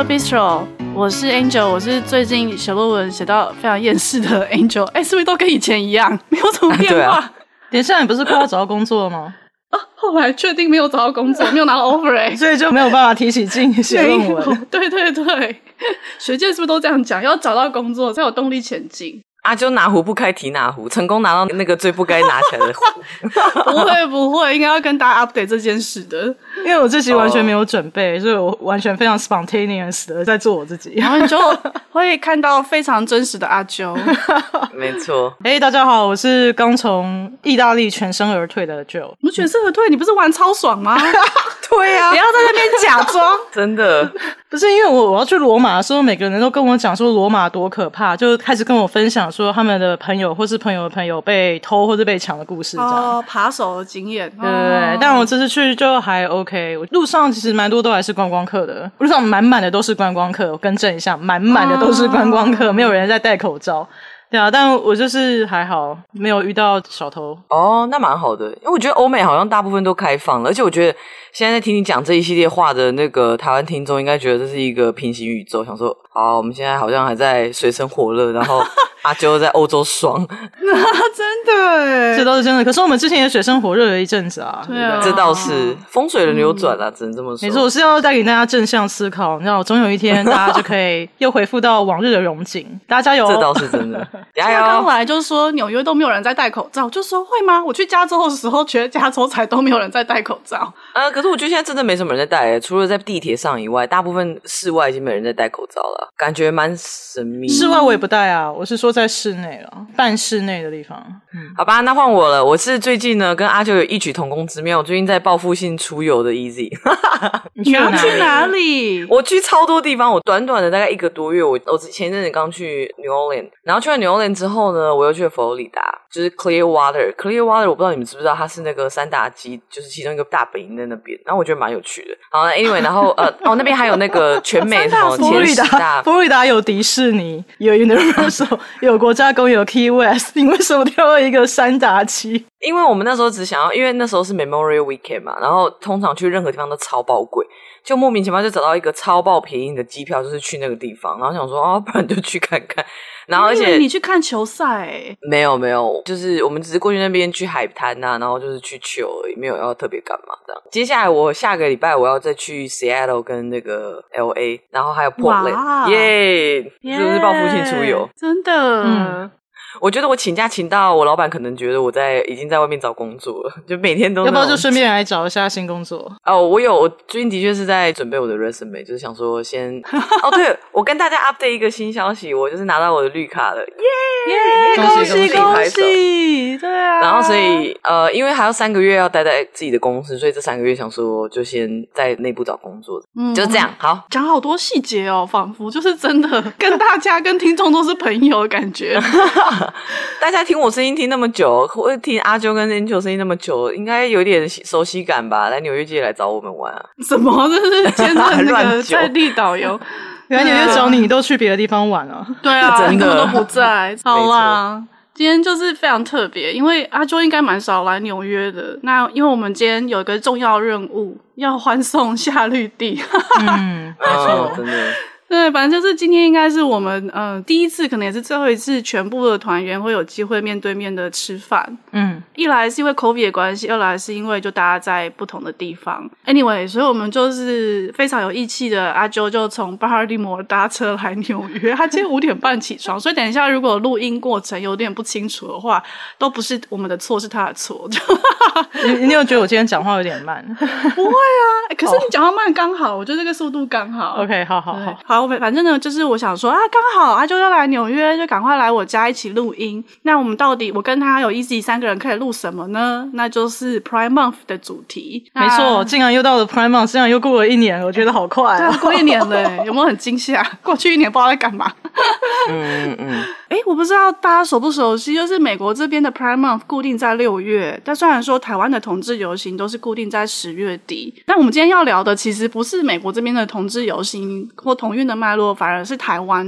Bistro， 我是 Angel， 我是最近写论文写到非常厌世的 Angel。是不是都跟以前一样，没有什么变化？ 等一下，你不是快要找到工作了吗？ 后来确定没有找到工作，没有拿到 offer 所以就没有办法提起劲写论文。 对对对，学界是不是都这样讲？要找到工作才有动力前进。 就拿壶不开提哪壶，成功拿到那个最不该拿起来的壶。 不会，应该要跟大家 update 这件事的。 因为我这集完全没有准备，所以我完全非常 spontaneous 的在做我自己， 然后你就会看到非常真实的阿啾。 没错。 大家好，我是刚从意大利全身而退的 Joe。 你全身而退？你不是玩超爽吗？ 对啊， 不要在那边假装。 真的不是因为我要去罗马的时候，每个人都跟我讲说罗马多可怕，就开始跟我分享说他们的朋友或是朋友的朋友被偷或是被抢的故事，这样扒手的经验。 对对对，但我这次去就还 OK。我路上其实蛮多都还是观光客的，路上满满的都是观光客。我更正一下，满满的都是观光客，没有人在戴口罩。对啊，但我就是还好，没有遇到小偷。 那蛮好的，因为我觉得欧美好像大部分都开放了，而且我觉得现在在听你讲这一系列话的那个台湾听众，应该觉得这是一个平行宇宙，想说好，我们现在好像还在水深火热，然后阿啾在欧洲爽。 真的耶， 这都是真的。可是我们之前也水深火热了一阵子啊。 对啊， 这倒是风水轮流转啦，只能这么说。 没错，我是要带给大家正向思考，你知道，总有一天大家就可以又恢复到往日的荣景。大家加油！ 这倒是真的。加油！ 刚来就说纽约都没有人在戴口罩，就说会吗？我去加州的时候，觉得加州才都没有人在戴口罩。 可是我觉得现在真的没什么人在戴，除了在地铁上以外，大部分室外已经没人在戴口罩了，感觉蛮神秘。 室外我也不戴啊，我是说在室内了，半室内的地方。 好吧，那换我了。我是最近呢跟阿啾有异曲同工之妙，我最近在报复性出游的 Easy。 你要去哪里？ 我去超多地方，我短短的大概1个多月，我前一阵子刚去 New Orleans， 然后去了 New Orleans 之后呢，我又去了佛罗里达，就是 Clearwater。我不知道你们知不知道，它是那个三大鸡，就是其中一个大本营在那边，然后我觉得蛮有趣的。好 ，Anyway， 然后那边还有那个全美什么前10大， 佛罗里达有迪士尼，有 Universal， 有国家公园，有 Key West， 你为什么挑了一个三大鸡？ 因为我们那时候只想要，因为那时候是 Memorial Weekend 嘛，然后通常去任何地方都超爆贵，就莫名其妙就找到一个超爆便宜的机票，就是去那个地方，然后想说不然就去看看。然后而且你去看球赛没有，就是我们只是过去那边去海滩啊，然后就是去球而已，没有要特别干嘛这样。接下来我下个礼拜我要再去 Seattle 跟那个 LA， 然后还有 Portland， 耶，是不是报复性出游？真的。 我觉得我请假请到我老板可能觉得我已经在外面找工作了，就每天都要不要就顺便来找一下新工作？ 我最近的确是在准备我的 resume， 就是想说先对，我跟大家 update 一个新消息，我就是拿到我的绿卡了，耶！ 恭喜！对啊， 然后所以因为还要3个月要待在自己的公司，所以这3个月想说就先在内部找工作，就这样。好， 讲好多细节哦，仿佛就是真的跟大家跟听众都是朋友的感觉。 大家听我声音听那么久，或者听阿啾跟 Angel 声音那么久，应该有点熟悉感吧？来纽约记得来找我们玩啊！ 什么？这是现在那个在地导游， 原来纽约找你都去别的地方玩啊？ 对啊， 真的你根本都不在。好啦，今天就是非常特别，因为阿啾应该蛮少来纽约的。那因为我们今天有一个重要任务，要欢送夏绿蒂。 没错， 真的。 对，反正就是今天应该是我们第一次，可能也是最后一次，全部的团员会有机会面对面的吃饭。一来是因为 COVID 的关系，二来是因为就大家在不同的地方。Anyway， 所以我们就是非常有义气的阿啾就从巴尔的摩搭车来纽约。他今天5点半起床，所以等一下如果录音过程有点不清楚的话，都不是我们的错，是他的错。 你有觉得我今天讲话有点慢？ 不会啊，可是你讲话慢刚好，我觉得这个速度刚好。 OK， 好。 好，反正呢，就是我想说刚好阿啾要来纽约，就赶快来我家一起录音。那我们到底我跟他有 Easy 3个人可以录什么呢？那就是 Prime Month 的主题。 没错，竟然又到了 Prime Month， 竟然又过了1年，我觉得好快啊！ 对，过1年了，有没有很惊吓？过去1年不知道在干嘛。我不知道大家熟不熟悉，就是美国这边的 Prime Month 固定在6月，但虽然说台湾的同志游行都是固定在10月底，但我们今天要聊的其实不是美国这边的同志游行或同运的脉络，反而是台湾的。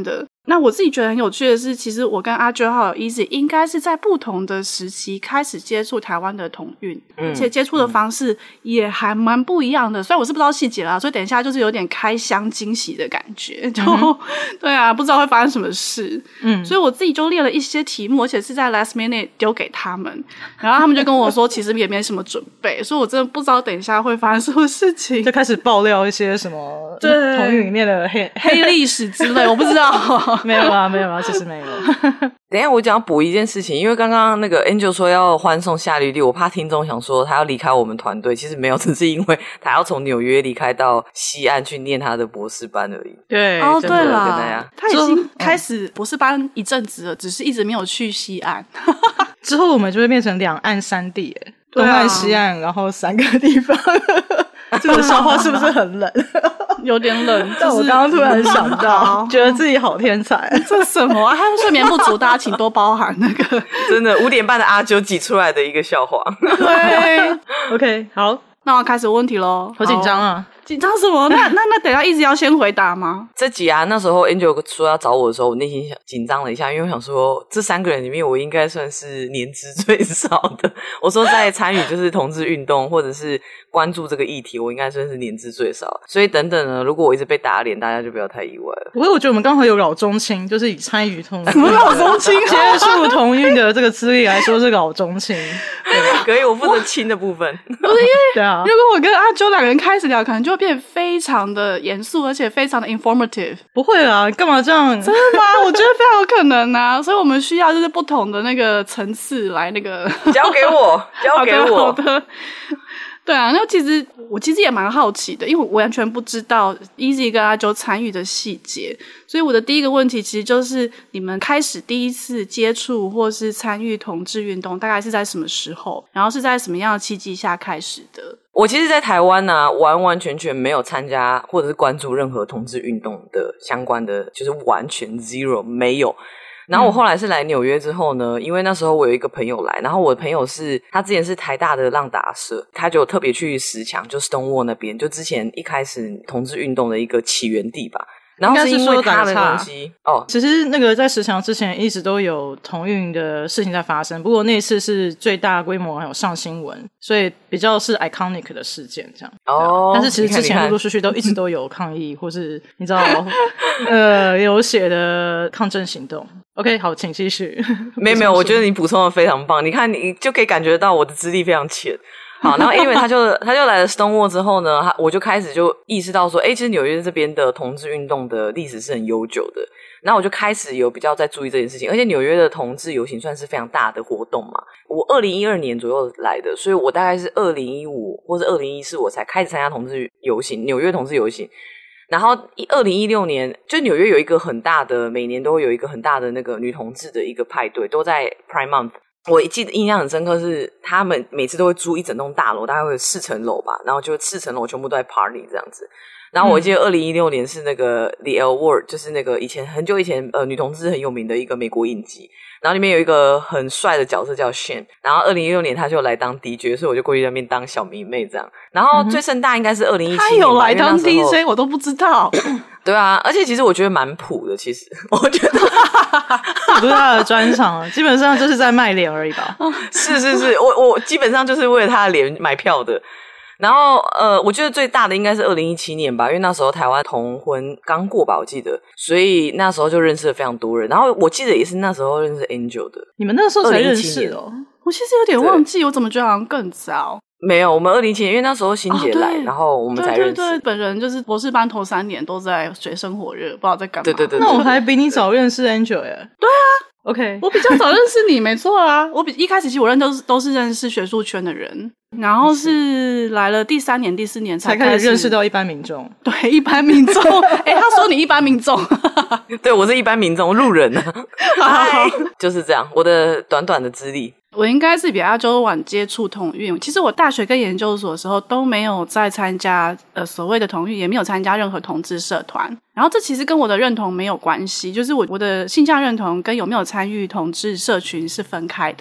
那我自己觉得很有趣的是，其实我跟阿啾还有 Easy 应该是在不同的时期开始接触台湾的童运，而且接触的方式也还蛮不一样的。虽然我是不知道细节啦，所以等一下就是有点开箱惊喜的感觉，就对啊，不知道会发生什么事。所以我自己就列了一些题目，而且是在 last minute 丢给他们，然后他们就跟我说，其实也没什么准备，所以我真的不知道等一下会发生什么事情， 就开始爆料一些什么童运里面的黑历史之类，我不知道。 没有啊，其实没有。 等一下我想要补一件事情，因为刚刚那个 Angel 说要欢送夏绿蒂，我怕听众想说他要离开我们团队，其实没有，只是因为他要从纽约离开到西岸去念他的博士班而已。 对， 哦对了， 他已经开始博士班一阵子了，只是一直没有去西岸。 之后我们就会变成两岸三地，东岸西岸，然后3个地方。这个笑话是不是很冷？ 有点冷， 但我刚刚突然想到，觉得自己好天才。 这什么啊？他们睡眠不足，大家请多包涵那个。 真的5点半的阿啾挤出来的一个笑话。 对 ，OK， 好， 那我开始问题咯。 好紧张啊！ 紧张什么？那等一下一直要先回答吗？ 这集啊，那时候 Angel 说要找我的时候，我内心紧张了一下，因为我想说这3个人里面，我应该算是年资最少的。我说在参与就是同志运动或者是关注这个议题，我应该算是年资最少。所以等等呢，如果我一直被打脸，大家就不要太意外了。 不过我觉得我们刚好有老中青，就是以参与同什么老中青接触同运的这个资历来说是老中青。 可以，我负责亲的部分。 不是因为对啊， 如果我跟阿啾2个人开始聊，可能就会变得非常的严肃，而且非常的 informative。 不会啦，干嘛这样？ 真的吗？我觉得非常有可能啊，所以我们需要就是不同的那个层次来那个交给我。 好的。对啊，那我其实也蛮好奇的，因为我完全不知道 Easy 跟阿啾参与的细节，所以我的第一个问题其实就是你们开始第一次接触或是参与同志运动大概是在什么时候，然后是在什么样的契机下开始的？ 我其实在台湾啊，完完全全没有参加或者是关注任何同志运动的相关的，就是完全 zero 没有。然后我后来是来纽约之后呢，因为那时候我有一个朋友来，然后我的朋友他之前是台大的浪达社，他就特别去石墙，就 Stonewall 那边，就之前一开始同志运动的一个起源地吧。然后是因为他的东西哦， 其实那个在石墙之前一直都有同运的事情在发生，不过那一次是最大规模还有上新闻，所以比较是 iconic 的事件这样。哦，但是其实之前陆陆续续都一直都有抗议或是你知道有写的抗争行动。OK， 好，请继续。 没有，我觉得你补充的非常棒。你看，你就可以感觉到我的资历非常浅。好，然后因为他就来了 Stonewall 之后呢，我就开始就意识到说，其实纽约这边的同志运动的历史是很悠久的。然后我就开始有比较在注意这件事情，而且纽约的同志游行算是非常大的活动嘛。我2012年左右来的，所以我大概是2015或是2014我才开始参加同志游行，纽约同志游行。然后2016年，就纽约有一个很大的，每年都会有一个很大的那个女同志的一个派对，都在 Pride Month。我记得印象很深刻是，他们每次都会租一整栋大楼，大概会有4层楼吧，然后就4层楼全部都在 party 这样子。然后我记得2016年是那个 The L Word， 就是那个很久以前女同志很有名的一个美国影集，然后里面有一个很帅的角色叫 Shane， 然后2016年他就来当 DJ， 所以我就过去那边当小迷妹这样。然后最盛大应该是2017年， 他有来当 DJ 我都不知道。 对啊，而且其实我觉得蛮普的，其实我觉得不是他的专场，基本上就是在卖脸而已吧。 是，我基本上就是为了他的脸买票的。然后我觉得最大的应该是2017年吧，因为那时候台湾同婚刚过吧，我记得，所以那时候就认识了非常多人。然后我记得也是那时候认识 Angel 的。 你们那时候才认识哦？ 我其实有点忘记，我怎么觉得好像更早。 没有，我们2017年，因为那时候欣姐来，然后我们才认识。 对，本人就是博士班头3年都在水深火热，不知道在干嘛。 对， 那我还比你早认识 Angel 耶。 对啊。 OK， 我比较早认识你，没错啊。我一开始其实我都是认识学术圈的人，然后是来了第3年、第4年才开始认识到一般民众。 对，一般民众。他说你一般民众， 对我是一般民众，路人啊。嗨，就是这样。我的短短的资历。 我应该是比阿啾晚接触同运。其实我大学跟研究所的时候都没有在参加所谓的同运，也没有参加任何同志社团。然后这其实跟我的认同没有关系，就是我的性向认同跟有没有参与同志社群是分开的。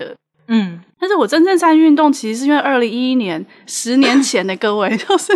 但是我真正参与运动其实是因为2011年10年前的各位就是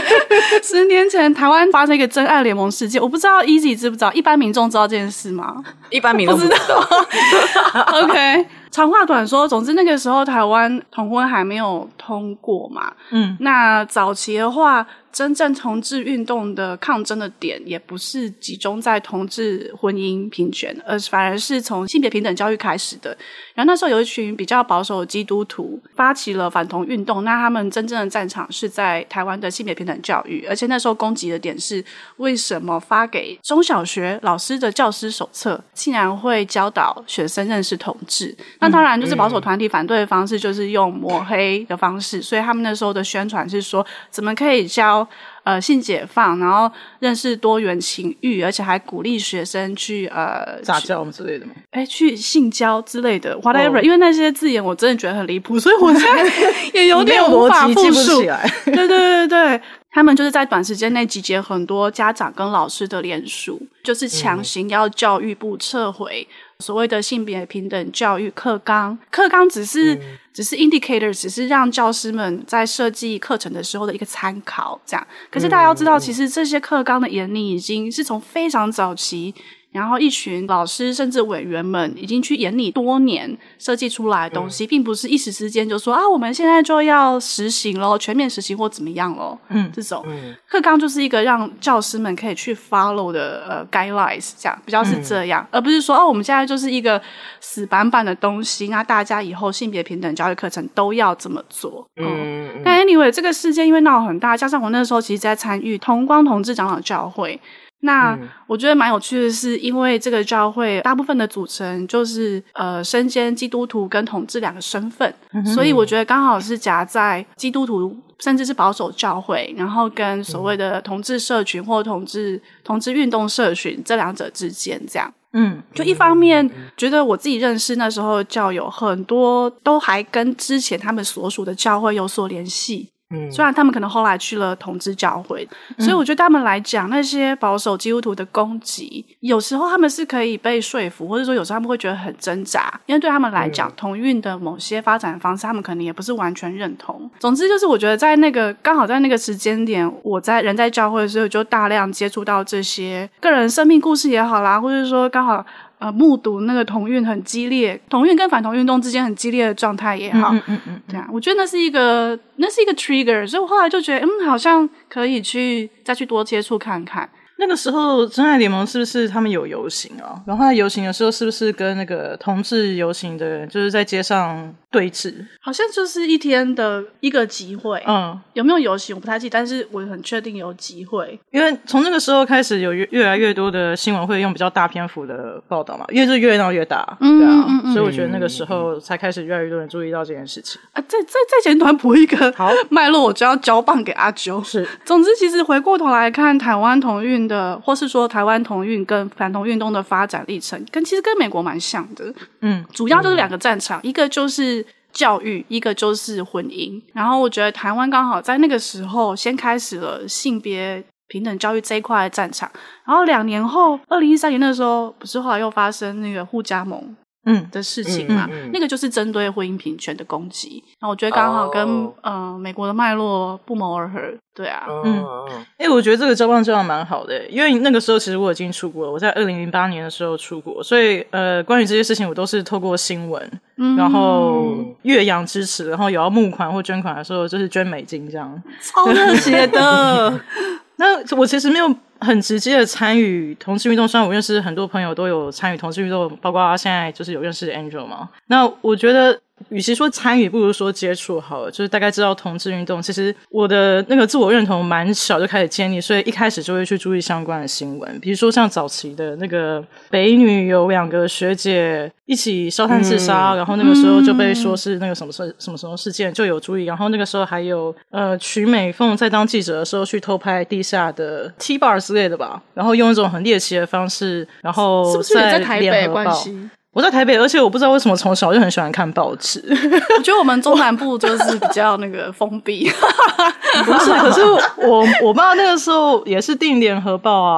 10年前台湾发生一个真爱联盟事件，我不知道 Easy 知不知道，一般民众知道这件事吗？ 一般民众不知道 OK， 长话短说，总之那个时候台湾同婚还没有通过嘛，那早期的话真正同志运动的抗争的点也不是集中在同志婚姻平权，反而是从性别平等教育开始的。然后那时候有一群比较保守的基督徒发起了反同运动，那他们真正的战场是在台湾的性别平等教育，而且那时候攻击的点是为什么发给中小学老师的教师手册竟然会教导学生认识同志。那当然就是保守团体反对的方式就是用抹黑的方式，所以他们那时候的宣传是说怎么可以教性解放，然后认识多元情欲，而且还鼓励学生去杂交之类的吗？ 去性交之类的 whatever，因为那些字眼我真的觉得很离谱，所以我现在也有点无法复述。对，他们就是在短时间内集结很多家长跟老师的联署，就是强行要教育部撤回所谓的性别平等教育课纲只是 indicator， 只是让教师们在设计课程的时候的一个参考这样。可是大家要知道，其实这些课纲的研拟已经是从非常早期，然后一群老师甚至委员们已经去研拟多年设计出来的东西，并不是一时之间就说我们现在就要实行咯，全面实行或怎么样咯。这种课纲就是一个让教师们可以去 follow 的guidelines， 这样比较是这样，而不是说我们现在就是一个死板板的东西，那大家以后性别平等教育课程都要这么做。但 anyway 这个事件因为闹很大，加上我那时候其实在参与同光同志长老教会，那我觉得蛮有趣的是，因为这个教会大部分的组成就是身兼基督徒跟同志两个身份，所以我觉得刚好是夹在基督徒甚至是保守教会，然后跟所谓的同志社群或同志运动社群这两者之间这样。就一方面觉得我自己认识那时候教友很多都还跟之前他们所属的教会有所联系，虽然他们可能后来去了同志教会，所以我觉得他们来讲那些保守基督徒的攻击有时候他们是可以被说服，或者说有时候他们会觉得很挣扎，因为对他们来讲同运的某些发展方式他们可能也不是完全认同。总之就是我觉得在那个刚好在那个时间点，我人在教会的时候就大量接触到这些个人生命故事也好啦，或者说刚好目睹那个同运很激烈，同运跟反同运动之间很激烈的状态也好，对啊，我觉得那是一个 trigger， 所以我后来就觉得好像可以再去多接触看看。 那个时候真爱联盟是不是他们有游行啊？然后他游行的时候是不是跟那个同志游行的人就是在街上对峙？ 好像就是一天的一个集会，有没有游行我不太记得，但是我很确定有集会。 因为从那个时候开始有越来越多的新闻会用比较大篇幅的报道嘛，因为是越闹越大，对啊，所以我觉得那个时候才开始越来越多人注意到这件事情。 再简短补一个脉络，我就要交棒给阿啾。 是， 总之其实回过头来看台湾同运的，或是说台湾同运跟反同运动的发展历程，其实跟美国蛮像的。主要就是两个战场，一个就是教育，一个就是婚姻。然后我觉得台湾刚好在那个时候先开始了性别平等教育这一块的战场，然后2年后2013年那时候不是后来又发生那个互加盟的事情嘛，那个就是针对婚姻平权的攻击，然后我觉得刚好跟美国的脉络不谋而合。对啊， 我觉得这个交棒这样蛮好的，因为那个时候其实我已经出国了，我在2008年的时候出国，所以关于这些事情我都是透过新闻，然后岳阳支持，然后有要募款或捐款的时候就是捐美金这样， 超热血的。 那我其实没有很直接的参与同志运动，虽然我认识很多朋友都有参与同志运动，包括现在就是有认识的 Angel 嘛。那我觉得与其说参与不如说接触好了，就是大概知道同志运动，其实我的那个自我认同蛮小就开始建立，所以一开始就会去注意相关的新闻，比如说像早期的那个北女有2个学姐一起烧炭自杀，然后那个时候就被说是那个什么事件，就有注意。然后那个时候还有曲美凤在当记者的时候去偷拍地下的 T bar 之类的吧，然后用一种很猎奇的方式，然后是不是也在台北的关系？ 我在台北，而且我不知道为什么从小就很喜欢看报纸。 我觉得我们中南部就是比较那个封闭。 不是，可是我爸那个时候也是订联合报啊。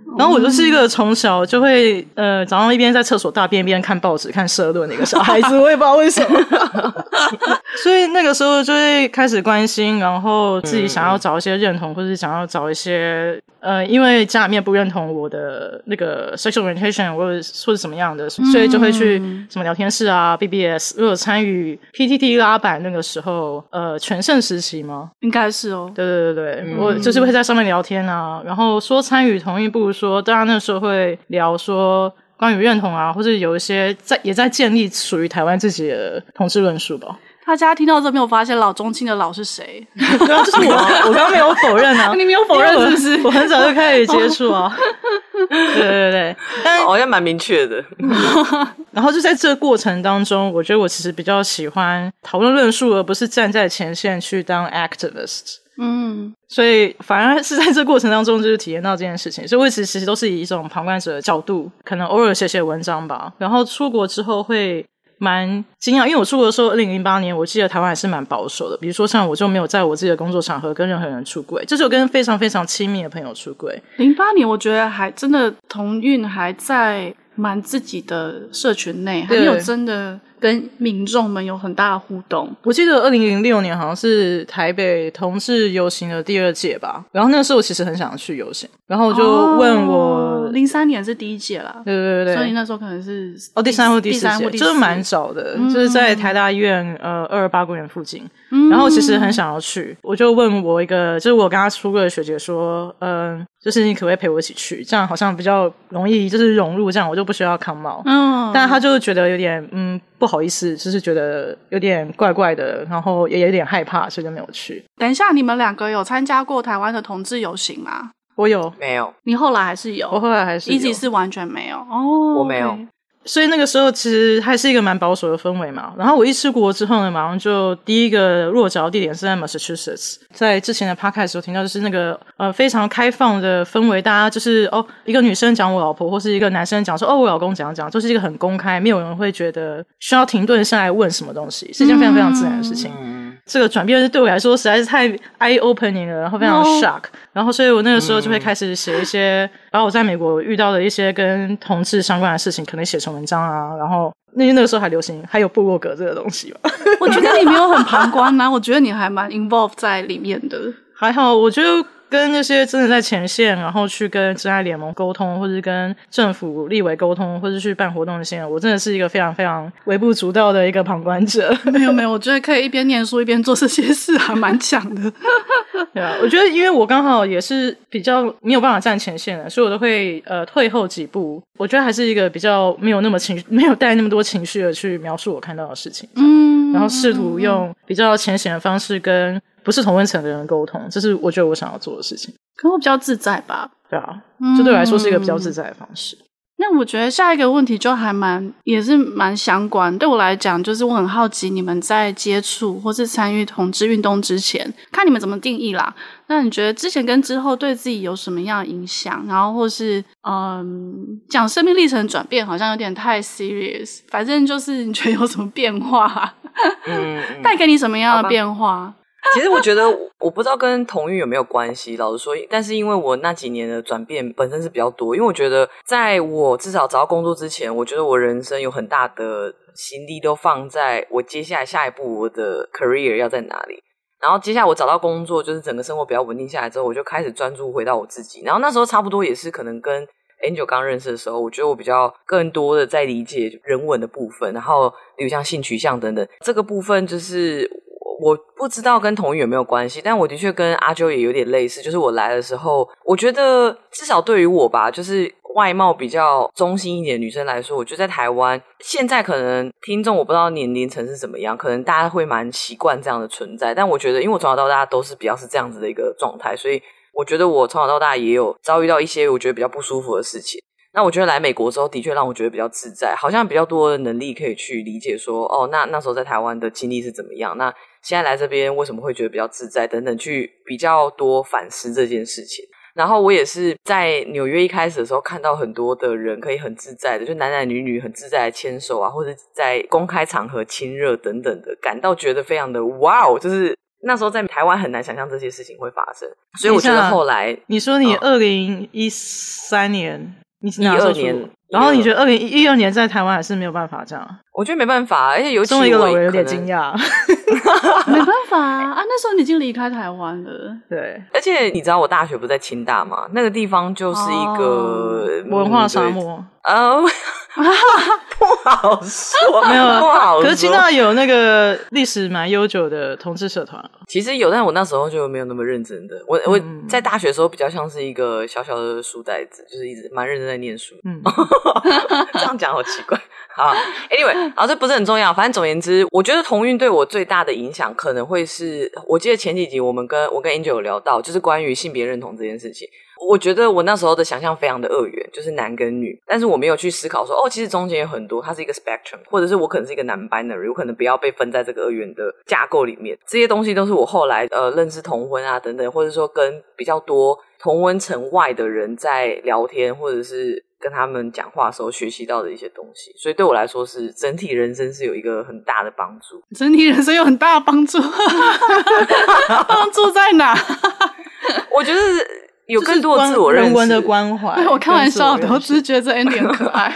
然后我就是一个从小就会早上一边在厕所大便一边看报纸看社论的一个小孩子，我也不知道为什么。所以那个时候就会开始关心，然后自己想要找一些认同，或者想要找一些因为家里面不认同我的那个 sexual orientation 或者什么样的，所以就会去什么聊天室啊 BBS， 如果参与 PTT 拉板那个时候全盛时期吗？ 应该是哦。 对，我就是会在上面聊天啊，然后说参与同意不如说大家那时候会聊说关于认同啊，或者有一些也在建立属于台湾自己的同志论述吧。 大家听到这没有发现老中青的老是谁？ 对啊，就是我刚刚没有否认啊。 你没有否认是不是？ 我很早就开始接触啊。对，但好像蛮明确的。 然后就在这个过程当中，我觉得我其实比较喜欢讨论论述，而不是站在前线去当 activist。所以反而是在这个过程当中就是体验到这件事情，所以我其实都是以一种旁观者的角度，可能偶尔写文章吧。然后出国之后会蛮惊讶，因为我出国的时候2008年我记得台湾还是蛮保守的，比如说像我就没有在我自己的工作场合跟任何人出柜，就是我跟非常非常亲密的朋友出柜。 08年我觉得还真的同运还在蛮自己的社群内，还没有真的跟民众们有很大的互动。 我记得2006年好像是台北同志游行的第2届吧，然后那个时候我其实很想去游行，然后我就问我 03年是第1届啦， 对， 所以那时候可能是第3或第4届，就是蛮早的，就是在台大医院228公园附近，然后其实很想要去，我就问我一个就是我跟他出柜的学姐说就是你可不可以陪我一起去，这样好像比较容易就是融入，这样我就不需要扛帽。但他就觉得有点不好意思，就是觉得有点怪怪的，然后也有点害怕，所以就没有去。 等一下，你们2个有参加过台湾的同志游行吗？ 我有。 没有。 你后来还是有？ 我后来还是有。 Easy 是完全没有我没有。 Okay。 所以那个时候其实还是一个蛮保守的氛围嘛。然后我一出国之后呢，马上就第一个落脚地点是在 Massachusetts。在之前的 podcast 有听到，就是那个非常开放的氛围，大家就是一个女生讲我老婆，或是一个男生讲说我老公讲，就是一个很公开，没有人会觉得需要停顿下来问什么东西，是一件非常非常自然的事情。这个转变对我来说实在是太 eye opening 了，然后非常 shock。然后所以我那个时候就会开始写一些把我在美国遇到的一些跟同志相关的事情可能写成文章啊，然后那个时候还流行还有部落格这个东西吧。 我觉得你没有很旁观啊，我觉得你还蛮 involved 在里面的。 还好，我觉得跟那些真的在前线，然后去跟真爱联盟沟通，或者跟政府立委沟通，或者去办活动的些人，我真的是一个非常非常微不足道的一个旁观者。 没有，我觉得可以一边念书一边做这些事还蛮强的。 对啊，我觉得因为我刚好也是比较没有办法站前线的，所以我都会退后几步。我觉得还是一个比较没有带那么多情绪的去描述我看到的事情。然后试图用比较浅显的方式跟不是同温层的人沟通，这是我觉得我想要做的事情。 可能我比较自在吧。 对啊，这对我来说是一个比较自在的方式。 那我觉得下一个问题就也是蛮相关，对我来讲就是我很好奇你们在接触或是参与同志运动之前，看你们怎么定义啦。那你觉得之前跟之后对自己有什么样的影响？然后或是讲生命历程转变好像有点太 serious， 反正就是你觉得有什么变化带给你什么样的变化？ 其实我觉得我不知道跟同运有没有关系，老实说，但是因为我那几年的转变本身是比较多，因为我觉得在我至少找到工作之前，我觉得我人生有很大的心力都放在我接下来下一步我的 career 要在哪里，然后接下来我找到工作，就是整个生活比较稳定下来之后，我就开始专注回到我自己，然后那时候差不多也是可能跟 Angel 刚认识的时候，我觉得我比较更多的在理解人文的部分，然后比如像性取向等等，这个部分就是我不知道跟同运有没有关系，但我的确跟阿啾也有点类似，就是我来的时候，我觉得至少对于我吧，就是外貌比较中性一点的女生来说，我觉得在台湾现在可能听众我不知道年龄层是怎么样，可能大家会蛮习惯这样的存在，但我觉得因为我从小到大都是比较是这样子的一个状态，所以我觉得我从小到大也有遭遇到一些我觉得比较不舒服的事情。那我觉得来美国之后的确让我觉得比较自在，好像比较多的能力可以去理解说那时候在台湾的经历是怎么样，那现在来这边为什么会觉得比较自在等等，去比较多反思这件事情。然后我也是在纽约一开始的时候看到很多的人可以很自在的，就男男女女很自在的牵手啊，或者在公开场合亲热等等的，感到觉得非常的哇哦，就是那时候在台湾很难想象这些事情会发生，所以我觉得后来你说你2013年你 12年， 然后你觉得2012年在台湾还是没有办法这样？ 我觉得没办法，而且尤其身为一个老人有点惊讶。 没办法啊，那时候你已经离开台湾了。 对， 而且你知道我大学不在清大吗？那个地方就是一个文化沙漠。 不好说， 没有不好说。 可是清大有那个历史蛮悠久的同志社团。 其实有，但我那时候就没有那么认真的。我在大学的时候比较像是一个小小的书呆子，就是一直蛮认真在念书。这样讲好奇怪。好 ，anyway， 好，这不是很重要。反正总言之，我觉得同运对我最大的影响可能会是，我记得前几集我跟 Angel 有聊到，就是关于性别认同这件事情。我觉得我那时候的想象非常的二元，就是男跟女，但是我没有去思考说，其实中间有很多，它是一个 spectrum， 或者是我可能是一个non-binary， 我可能不要被分在这个二元的架构里面。这些东西都是我后来认识同婚啊等等，或者说跟比较多同温层外的人在聊天，或者是跟他们讲话的时候学习到的一些东西，所以对我来说是整体人生是有一个很大的帮助。 整体人生有很大的帮助，帮助在哪？ 我觉得有更多的自我认识， 人文的关怀。 我开玩笑的，我只是觉得这 Andy 很可爱。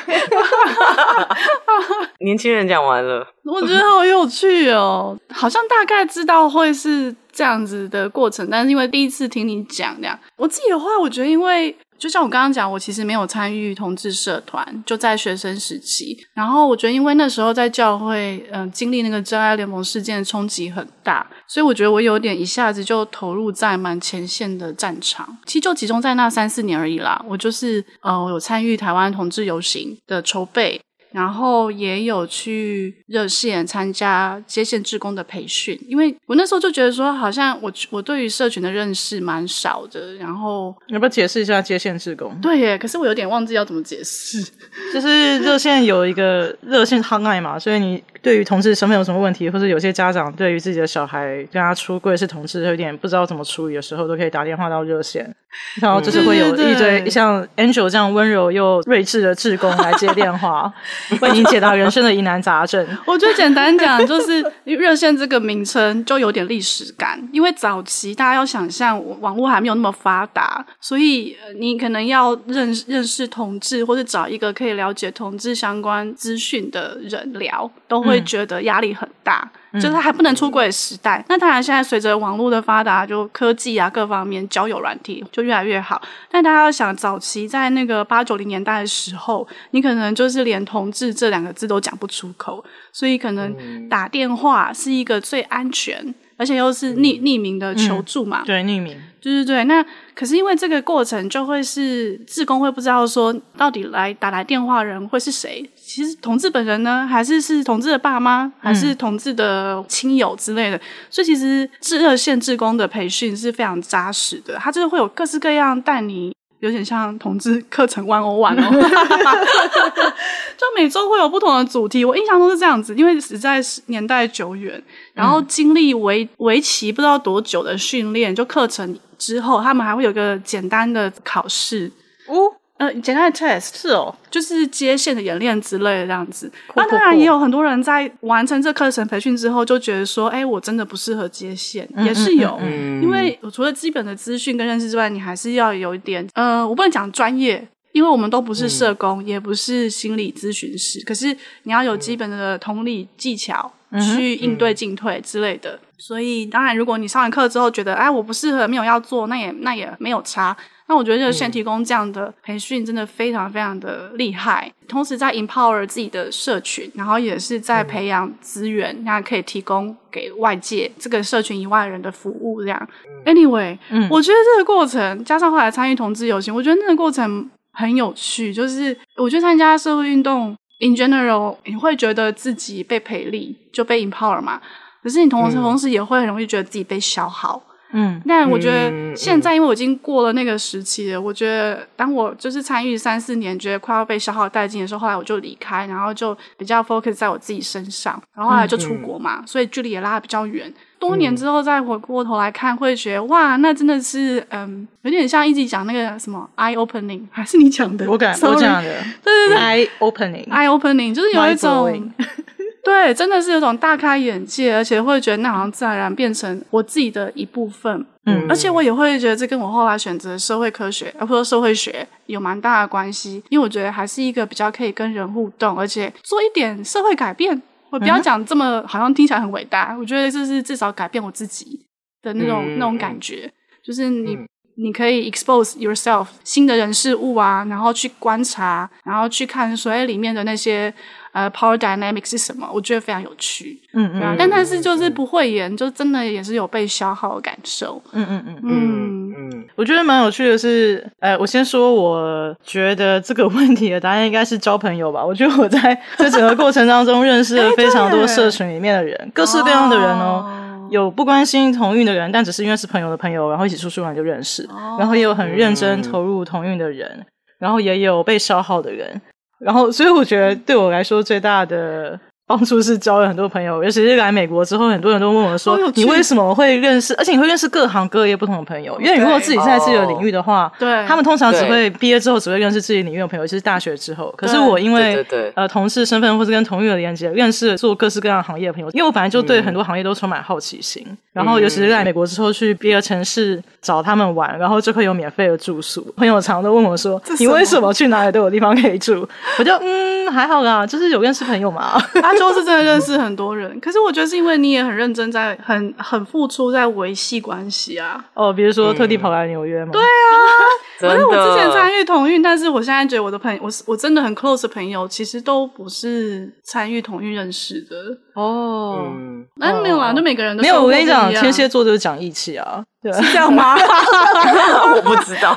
年轻人讲完了， 我觉得好有趣哦，好像大概知道会是这样子的过程，但是因为第一次听你讲这样，我自己的话，我觉得因为就像我刚刚讲，我其实没有参与同志社团，就在学生时期。然后我觉得因为那时候在教会经历那个真爱联盟事件的冲击很大，所以我觉得我有点一下子就投入在蛮前线的战场。其实就集中在那3-4年而已啦。我就是我有参与台湾同志游行的筹备，然后也有去热线参加接线志工的培训，因为我那时候就觉得说好像我对于社群的认识蛮少的，然后要不要解释一下接线志工？ 对耶，可是我有点忘记要怎么解释。 就是热线有一个热线hotline嘛，所以你对于同志身份有什么问题，或者有些家长对于自己的小孩跟他出柜是同志有点不知道怎么处理的时候，都可以打电话到热线，然后就是会有一堆像 Angel 这样温柔又睿智的志工来接电话为您解答人生的疑难杂症。 我觉得简单讲就是热线这个名称就有点历史感，因为早期大家要想象网络还没有那么发达，所以你可能要认识同志或者找一个可以了解同志相关资讯的人聊，都会觉得压力很大。就是还不能出柜的时代，那当然现在随着网络的发达，就科技啊各方面交友软体就越来越好，但大家要想早期在那个80-90年代的时候，你可能就是连同志这2个字都讲不出口，所以可能打电话是一个最安全而且又是匿名的求助嘛， 对，匿名， 对。那可是因为这个过程就会是志工会不知道说到底打来电话人会是谁，其实同志本人呢，还是同志的爸妈，还是同志的亲友之类的，所以其实热线志工的培训是非常扎实的，他就是会有各式各样带你，有点像同志课程101哦，就每周会有不同的主题，我印象中是这样子，因为实在是年代久远，然后经历为期不知道多久的训练，就课程之后，他们还会有一个简单的考试简单的 test 是哦， 就是接线的演练之类的这样子。当然也有很多人在完成这课程培训之后就觉得说我真的不适合接线，也是有因为除了基本的资讯跟认识之外，你还是要有一点我不能讲专业，因为我们都不是社工也不是心理咨询师，可是你要有基本的同理技巧去应对进退之类的。所以当然如果你上完课之后觉得我不适合没有要做，那也没有差，那我觉得热线提供这样的培训真的非常非常的厉害，同时在 empower 自己的社群，然后也是在培养资源，那可以提供给外界这个社群以外的人的服务这样。Anyway，我觉得这个过程加上后来参与同志游行，我觉得那个过程很有趣，就是我觉得参加社会运动 in general 你会觉得自己被培力就被 empower 嘛，可是你同时也会很容易觉得自己被消耗。但我觉得现在因为我已经过了那个时期了，我觉得当我就是参与3-4年觉得快要被消耗殆尽的时候，后来我就离开，然后就比较 focus 在我自己身上，然后后来就出国嘛，所以距离也拉得比较远。多年之后再回过头来看，会觉得哇，那真的是有点像一直讲那个什么 eye opening， 还是你讲的？ 我讲的， 对 eye opening 就是有一种对，真的是有种大开眼界，而且会觉得那好像自然而然变成我自己的一部分。而且我也会觉得这跟我后来选择社会科学或者社会学有蛮大的关系，因为我觉得还是一个比较可以跟人互动，而且做一点社会改变。我不要讲这么好像听起来很伟大，我觉得这是至少改变我自己的那种感觉，就是你可以 expose yourself 新的人事物啊，然后去观察，然后去看说里面的那些power dynamics 是什么，我觉得非常有趣。但是就是不会演，就真的也是有被消耗的感受。 我觉得蛮有趣的是，我先说，我觉得这个问题的答案应该是交朋友吧。我觉得我在这整个过程当中认识了非常多社群里面的人，各式各样的人哦。有不关心同运的人，但只是因为是朋友的朋友，然后一起出去玩就认识，然后也有很认真投入同运的人，然后也有被消耗的人，然后所以我觉得对我来说最大的帮助是交了很多朋友，尤其是来美国之后，很多人都问我说你为什么会认识，而且你会认识各行各业不同的朋友，因为你如果自己在自己的领域的话，对，他们通常只会毕业之后只会认识自己领域的朋友，尤其是大学之后。可是我因为同事身份或是跟同运的连接，认识了做各式各样行业的朋友，因为我本来就对很多行业都充满好奇心，然后尤其是来美国之后去别的城市找他们玩，然后就会有免费的住宿，朋友常都问我说你为什么去哪里都有地方可以住，我就还好啦，就是有认识朋友嘛。 他就是真的认识很多人，可是我觉得是因为你也很认真在很付出在维系关系啊。 比如说特地跑来纽约吗？ 对啊，反正我之前参与同运，但是我现在觉得我的朋友，我真的很 close 的朋友，其实都不是参与同运认识的。那没有啦，就每个人都没有。我跟你讲，天蝎座就是讲义气啊，对， 是这样吗？ 我不知道。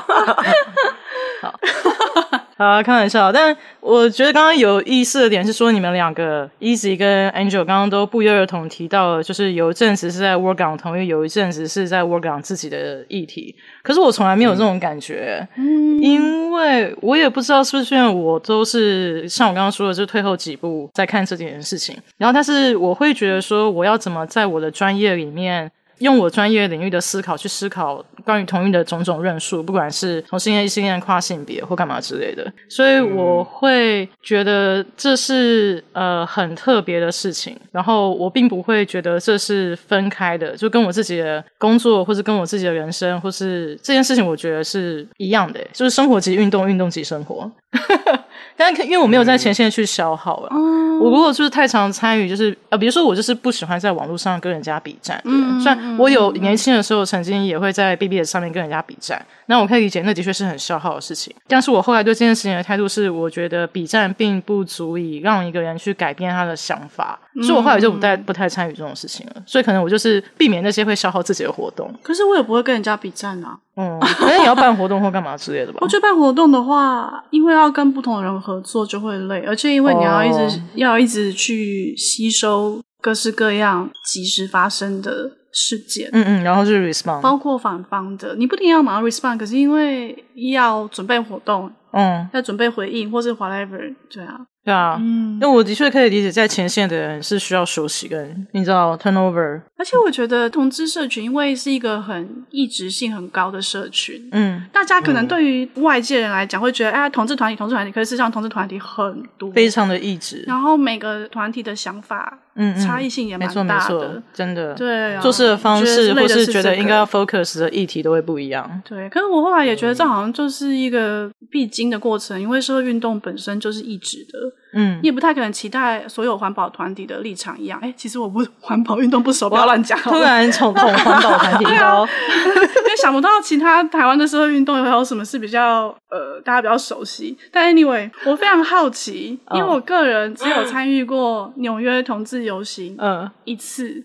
好，开玩笑。但我觉得刚刚有意思的点是说，你们两个 Easy 跟 Angel 刚刚都不约而同提到了，就是有一阵子是在 work on 同运，有一阵子是在 work on 自己的议题。可是我从来没有这种感觉，因为我也不知道是不是因为我都是像我刚刚说的，就退后几步在看这件事情。然后，但是我会觉得说，我要怎么在我的专业里面用我专业领域的思考去思考关于同运的种种论述，不管是同性恋、异性恋、跨性别或干嘛之类的，所以我会觉得这是很特别的事情，然后我并不会觉得这是分开的，就跟我自己的工作或是跟我自己的人生或是这件事情我觉得是一样的，就是生活即运动，运动即生活。但因为我没有在前线去消耗了，我如果就是太常参与，就是比如说我就是不喜欢在网络上跟人家比战的人，虽然我有年轻的时候曾经也会在 BBS 上面跟人家比战，那我可以理解那的确是很消耗的事情，但是我后来对这件事情的态度是，我觉得比战并不足以让一个人去改变他的想法，所以我后来就不太参与这种事情了，所以可能我就是避免那些会消耗自己的活动。 可是我也不会跟人家比战啊。 可能你要办活动或干嘛之类的吧。 我觉得办活动的话，因为要跟不同的人合作就会累，而且因为你要一直去吸收各式各样即时发生的事件， 然后是 respond， 包括反方的，你不一定要马上 respond， 可是因为要准备活动，要准备回应或是 whatever， 对啊， 那我的确可以理解，在前线的人是需要休息跟你知道 turnover， 而且我觉得同志社群因为是一个很异质性很高的社群，大家可能对于外界人来讲会觉得，同志团体，可是事实上同志团体很多， 非常的异质， 然后每个团体的想法差异性也蛮大的， 没错，真的， 对啊， 做事的方式或是觉得应该要 focus 的议题都会不一样， 对。可是我后来也觉得这好像就是一个必经的过程，因为社会运动本身就是异质的，你也不太可能期待所有环保团体的立场一样。其实我不环保运动不熟，不要乱讲。 突然从环保团体高， 因为想不到其他台湾的社会运动还有什么是比较大家比较熟悉。但 anyway， 我非常好奇，因为我个人只有参与过纽约同志游行一次。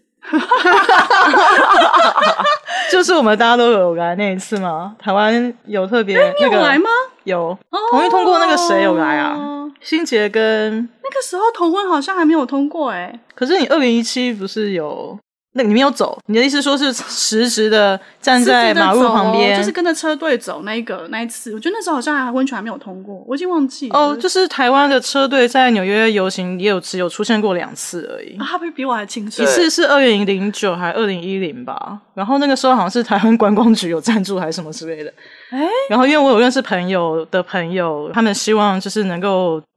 就是我们大家都有来那一次吗？台湾有特别你有来吗？ 有，同意通过那个谁有来啊？新杰跟那个时候同婚好像还没有通过可是你2017不是有？那你没有走，你的意思说是实质的站在马路旁边， 就是跟着车队走那一次，我觉得那时候好像温泉还没有通过，我已经忘记了。 就是台湾的车队在纽约游行也只有出现过2次而已。 他不是比我还清楚？ 一次是2009还2010吧，然后那个时候好像是台湾观光局有赞助还是什么之类的。然后因为我有认识朋友的朋友，他们希望就是能够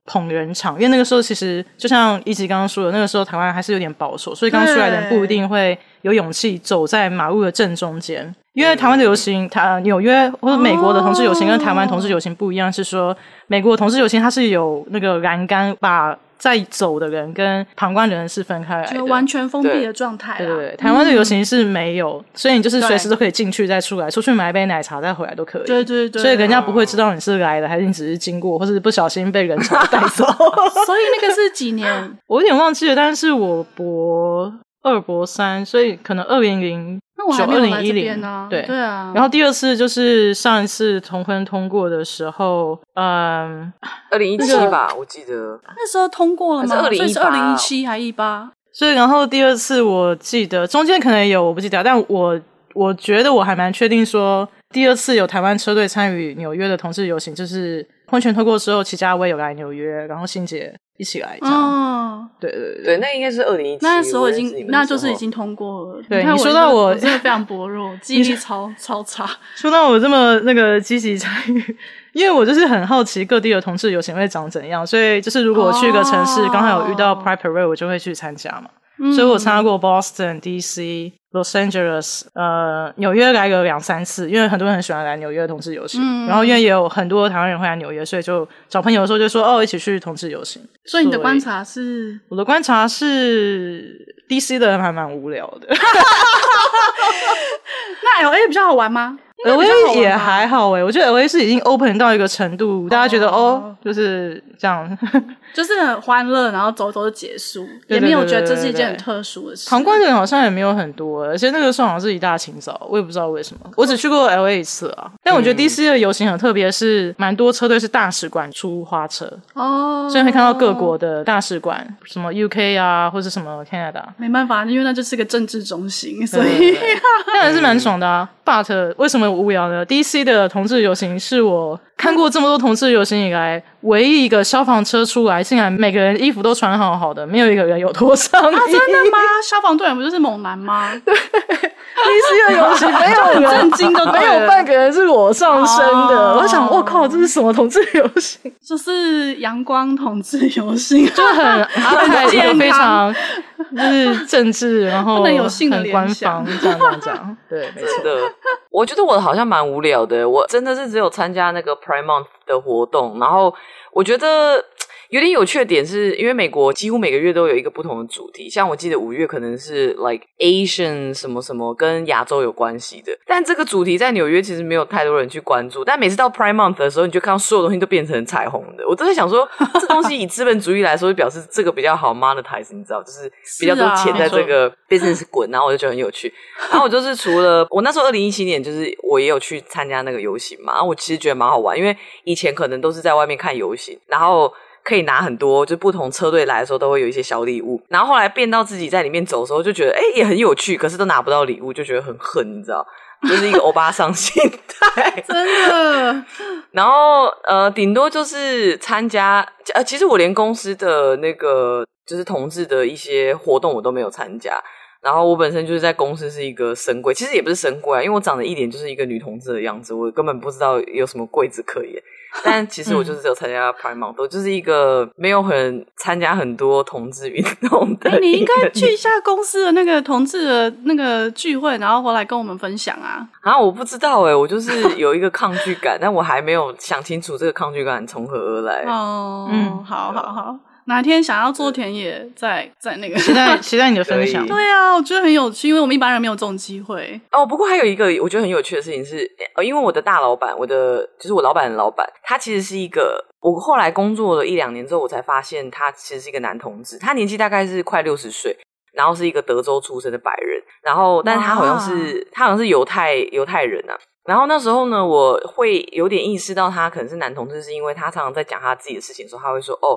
捧人场，因为那个时候其实就像一直刚刚说的，那个时候台湾还是有点保守，所以刚出来的人不一定会有勇气走在马路的正中间。因为台湾的游行，纽约或者美国的同志游行跟台湾同志游行不一样，是说美国的同志游行它是有那个栏杆把在走的人跟旁观的人是分开来的， 就完全封闭的状态。 对对对，台湾的游行是没有，所以你就是随时都可以进去再出来，出去买一杯奶茶再回来都可以。 对对对， 所以人家不会知道你是来的，还是你只是经过，或是不小心被人潮带走。 所以那个是几年？ 我有点忘记了，但是我博2博3，所以可能2009、2010 呢。 对对啊。 然后第二次就是上一次同婚通过的时候 ，2017吧，我记得那时候通过了吗？ 还是2018？ 是2017还18？ 所以然后第二次我记得中间可能有我不记得，但我觉得我还蛮确定说第二次有台湾车队参与纽约的同志游行，就是婚权通过之后，祁家威有来纽约，然后欣姐一起来这样。哦，对对 对, 对，那应该是2017， 那时候那就是已经通过了。 对，你说到我真的非常薄弱，记忆力超差。 说到我这么那个积极参与，因为我就是很好奇各地的同志游行会长怎样，所以就是如果我去一个城市刚好有遇到 Pride Parade， 我就会去参加嘛。所以我参加过 Boston、DC、Los Angeles， 纽约来个2-3次，因为很多人很喜欢来纽约的同志游行，然后因为也有很多台湾人会来纽约，所以就找朋友的时候就说一起去同志游行。 所以你的观察是？ 我的观察是 DC 的人还蛮无聊的。 那 LA 比较好玩吗 ？LA 也还好我觉得 LA 是已经 open 到一个程度，大家觉得就是这样， 就是很欢乐，然后走走就结束，也没有觉得这是一件很特殊的事。 旁观的人好像也没有很多，而且那个时候好像是一大清早，我也不知道为什么。我只去过 LA 一次啊，但我觉得 DC 的游行很特别，是蛮多车队是大使馆出花车所以会看到各国的大使馆，什么 UK 啊，或是什么 Canada。 没办法，因为那就是个政治中心，所以当然是蛮爽的啊。But 为什么无聊呢？ DC 的同志游行是我看过这么多同志游行以来唯一一个消防车出来，竟然每个人衣服都穿好好的，没有一个人有脱上衣。 真的吗？消防队员不就是猛男吗？ 对，DC 的游行没有人震惊的， 没有半个人是裸上身的。我想，我靠，这是什么同志游行？ 就是阳光同志游行， 就很安排一个非常就是政治，然后很官方这样。对，没错。 我觉得我好像蛮无聊的，我真的是只有参加那个 Pride Month 的活动，然后我觉得有点有趣的点是，因为美国几乎每个月都有一个不同的主题，像我记得5月可能是 like Asian 什么什么跟亚洲有关系的，但这个主题在纽约其实没有太多人去关注，但每次到 Pride Month 的时候，你就看到所有东西都变成彩虹的。我真的想说，这东西以资本主义来说，就表示这个比较好 monetize， 你知道，就是比较多钱在这个 business 滚，然后我就觉得很有趣。然后我就是除了我那时候2017年，就是我也有去参加那个游行嘛，然后我其实觉得蛮好玩，因为以前可能都是在外面看游行，然后可以拿很多，就不同车队来的时候都会有一些小礼物，然后后来变到自己在里面走的时候就觉得也很有趣，可是都拿不到礼物，就觉得很恨，你知道，就是一个欧巴桑心态。 真的。 然后顶多就是参加其实我连公司的那个就是同志的一些活动我都没有参加，然后我本身就是在公司是一个深柜，其实也不是深柜啊，因为我长得一脸就是一个女同志的样子，我根本不知道有什么柜子可言。但其实我就是只有参加 Pride Month， 我就是一个没有参加很多同志运动的。 你应该去一下公司的那个同志的那个聚会，然后回来跟我们分享啊。 我不知道我就是有一个抗拒感，但我还没有想清楚这个抗拒感从何而来。 好。哪天想要做田野，在那个期待你的分享。 对啊，我觉得很有趣，因为我们一般人没有这种机会。 不过还有一个我觉得很有趣的事情是，因为我的大老板，就是我老板的老板，他其实是一个，我后来工作了1-2年之后，我才发现他其实是一个男同志，他年纪大概是快60岁，然后是一个德州出生的白人，然后但他好像是犹太人啊。然后那时候呢，我会有点意识到他可能是男同志，是因为他常常在讲他自己的事情的时候，他会说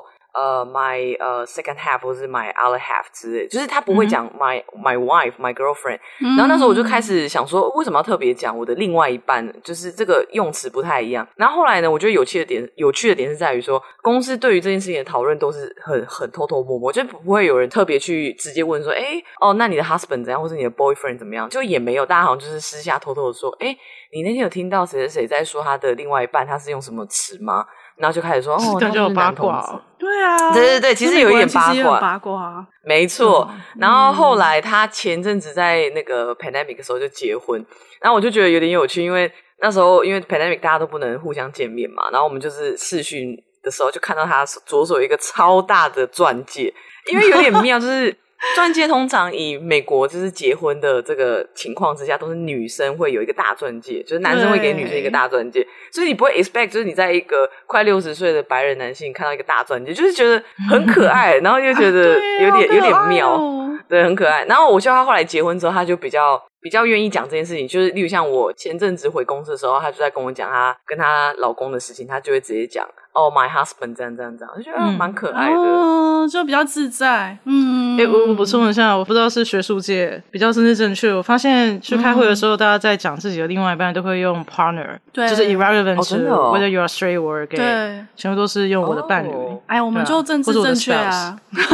my second half 或是 my other half 之类的，就是他不会讲 my wife my girlfriend。然后那时候我就开始想说，为什么要特别讲我的另外一半，就是这个用词不太一样。然后后来呢，我觉得有趣的点是在于说，公司对于这件事情的讨论都是很偷偷摸摸，就不会有人特别去直接问说那你的 husband 怎样，或是你的 boyfriend 怎么样，就也没有，大家好像就是私下偷偷的说你那天有听到谁谁谁在说他的另外一半他是用什么词吗？然后就开始说感觉有八卦。 对对啊， 对对对，其实有一点八卦， 没错。然后后来他前阵子在那个 pandemic 的时候就结婚，然后我就觉得有点有趣，因为那时候因为 pandemic 大家都不能互相见面嘛，然后我们就是视讯的时候就看到他左手有一个超大的钻戒，因为有点妙，就是钻戒通常以美国就是结婚的这个情况之下，都是女生会有一个大钻戒，就是男生会给女生一个大钻戒，所以你不会 expect 就是你在一个快60岁的白人男性看到一个大钻戒，就是觉得很可爱，然后又觉得有点妙，对，很可爱。然后我觉得他后来结婚之后，他就比较愿意讲这件事情，就是例如像我前阵子回公司的时候，他就在跟我讲他跟他老公的事情，他就会直接讲my husband 这样，我就觉得蛮可爱的， 就比较自在。 我补充一下，我不知道是学术界比较政治正确，我发现去开会的时候，大家在讲自己的另外一半都会用 partner， 就是 irrelevant whether you are straight or gay， 对， 全部都是用我的伴侣。 我们就政治正确啊，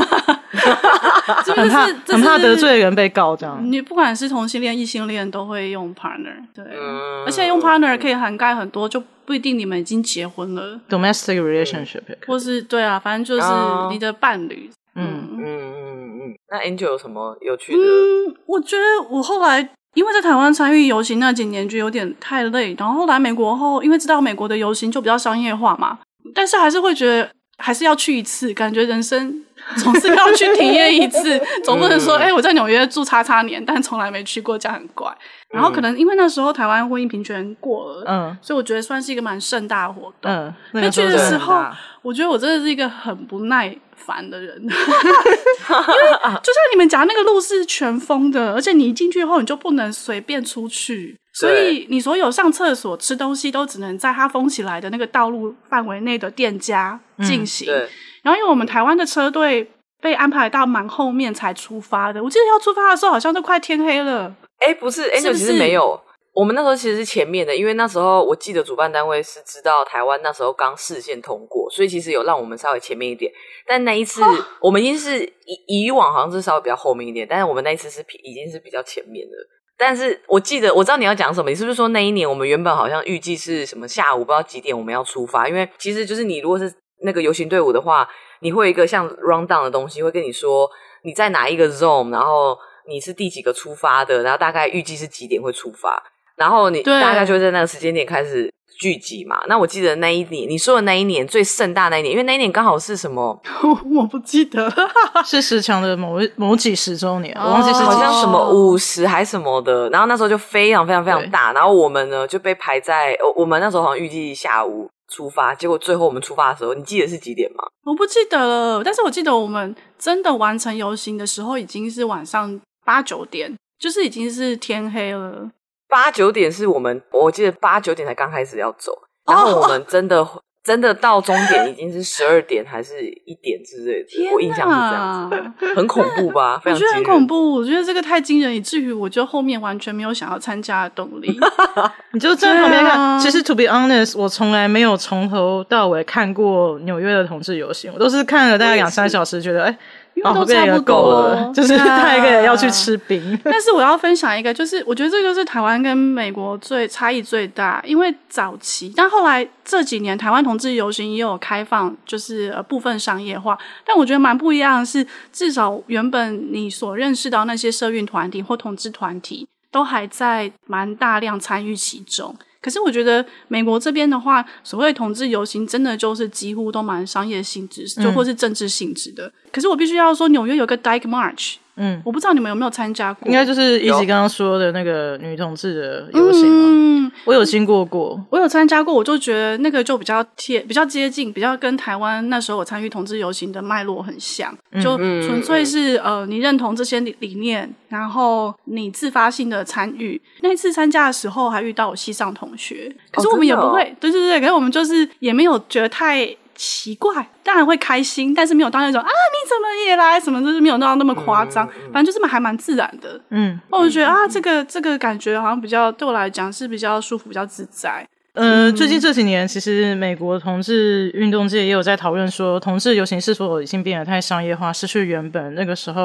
很怕得罪人被告这样。 你不管是同性恋、异性恋，都会用 partner， 对，而且用 partner 可以涵盖很多，就不一定你们已经结婚了 ，domestic relationship， 或是对啊，反正就是你的伴侣。 那 Angel 有什么有趣的？ 我觉得我后来因为在台湾参与游行那几年就有点太累，然后后来美国后，因为知道美国的游行就比较商业化嘛，但是还是会觉得还是要去一次，感觉人生总是要去体验一次，总不能说我在纽约住叉年，但从来没去过，这样很怪。然后可能因为那时候台湾婚姻平权过了，所以我觉得算是一个蛮盛大的活动。那去的时候，我觉得我真的是一个很不耐烦的人，因为就像你们讲那个路是全封的，而且你一进去后你就不能随便出去，所以你所有上厕所、吃东西都只能在它封起来的那个道路范围内的店家进行。然后因为我们台湾的车队被安排到蛮后面才出发的，我记得要出发的时候好像都快天黑了。不是 Angel 其实没有，我们那时候其实是前面的，因为那时候我记得主办单位是知道台湾那时候刚释宪通过，所以其实有让我们稍微前面一点，但那一次我们已经是以往好像是稍微比较后面一点，但是我们那一次是已经是比较前面的。但是我知道你要讲什么，你是不是说那一年我们原本好像预计是什么下午不知道几点我们要出发，因为其实就是你如果是那个游行队伍的话，你会有一个像 rundown 的东西会跟你说你在哪一个 zone， 然后你是第几个出发的，然后大概预计是几点会出发，然后大家就会在那个时间点开始聚集嘛。那我记得那一年你说的那一年最盛大那一年，因为那一年刚好是什么我不记得是十强的某几十周年，我忘记是好像什么50还什么的，然后那时候就非常非常非常大，然后我们呢就被排在我们那时候好像预计下午出发，结果最后我们出发的时候，你记得是几点吗？ 我不记得了，但是我记得我们真的完成游行的时候已经是晚上8、9点，就是已经是天黑了。 8、9点是我记得8、9点才刚开始要走，然后我们真的到终点已经是12点还是1点之类的，我印象是这样子，很恐怖吧？非常惊人， 我觉得很恐怖，我觉得这个太惊人，以至于我就后面完全没有想要参加的动力。 你就在旁边看，其实 to be honest， 我从来没有从头到尾看过纽约的同志游行，我都是看了大概2、3小时，觉得都差不够了，就是他一个人要去吃冰。 但是我要分享一个，就是我觉得这就是台湾跟美国差异最大，因为早期，但后来这几年台湾同志游行也有开放，就是部分商业化，但我觉得蛮不一样的是，至少原本你所认识到那些社运团体或同志团体都还在蛮大量参与其中。可是我觉得美国这边的话，所谓同志游行真的就是几乎都蛮商业性质，就或是政治性质的。可是我必须要说，纽约有个 Dyke March， 我不知道你们有没有参加过？ 应该就是一直刚刚说的那个女同志的游行我有经过， 我有参加过，我就觉得那个就比较接近，比较跟台湾那时候我参与同志游行的脉络很像，就纯粹是你认同这些理念，然后你自发性的参与。那一次参加的时候还遇到我系上同学，可是我们也不会，对，可是我们就是也没有觉得太奇怪，当然会开心，但是没有到那种你怎么也来什么，就是没有到那么夸张，反正就是还蛮自然的。我就觉得这个感觉好像比较对我来讲是比较舒服，比较自在。 最近这几年，其实美国同志运动界也有在讨论说，同志游行是否已经变得太商业化，失去原本那个时候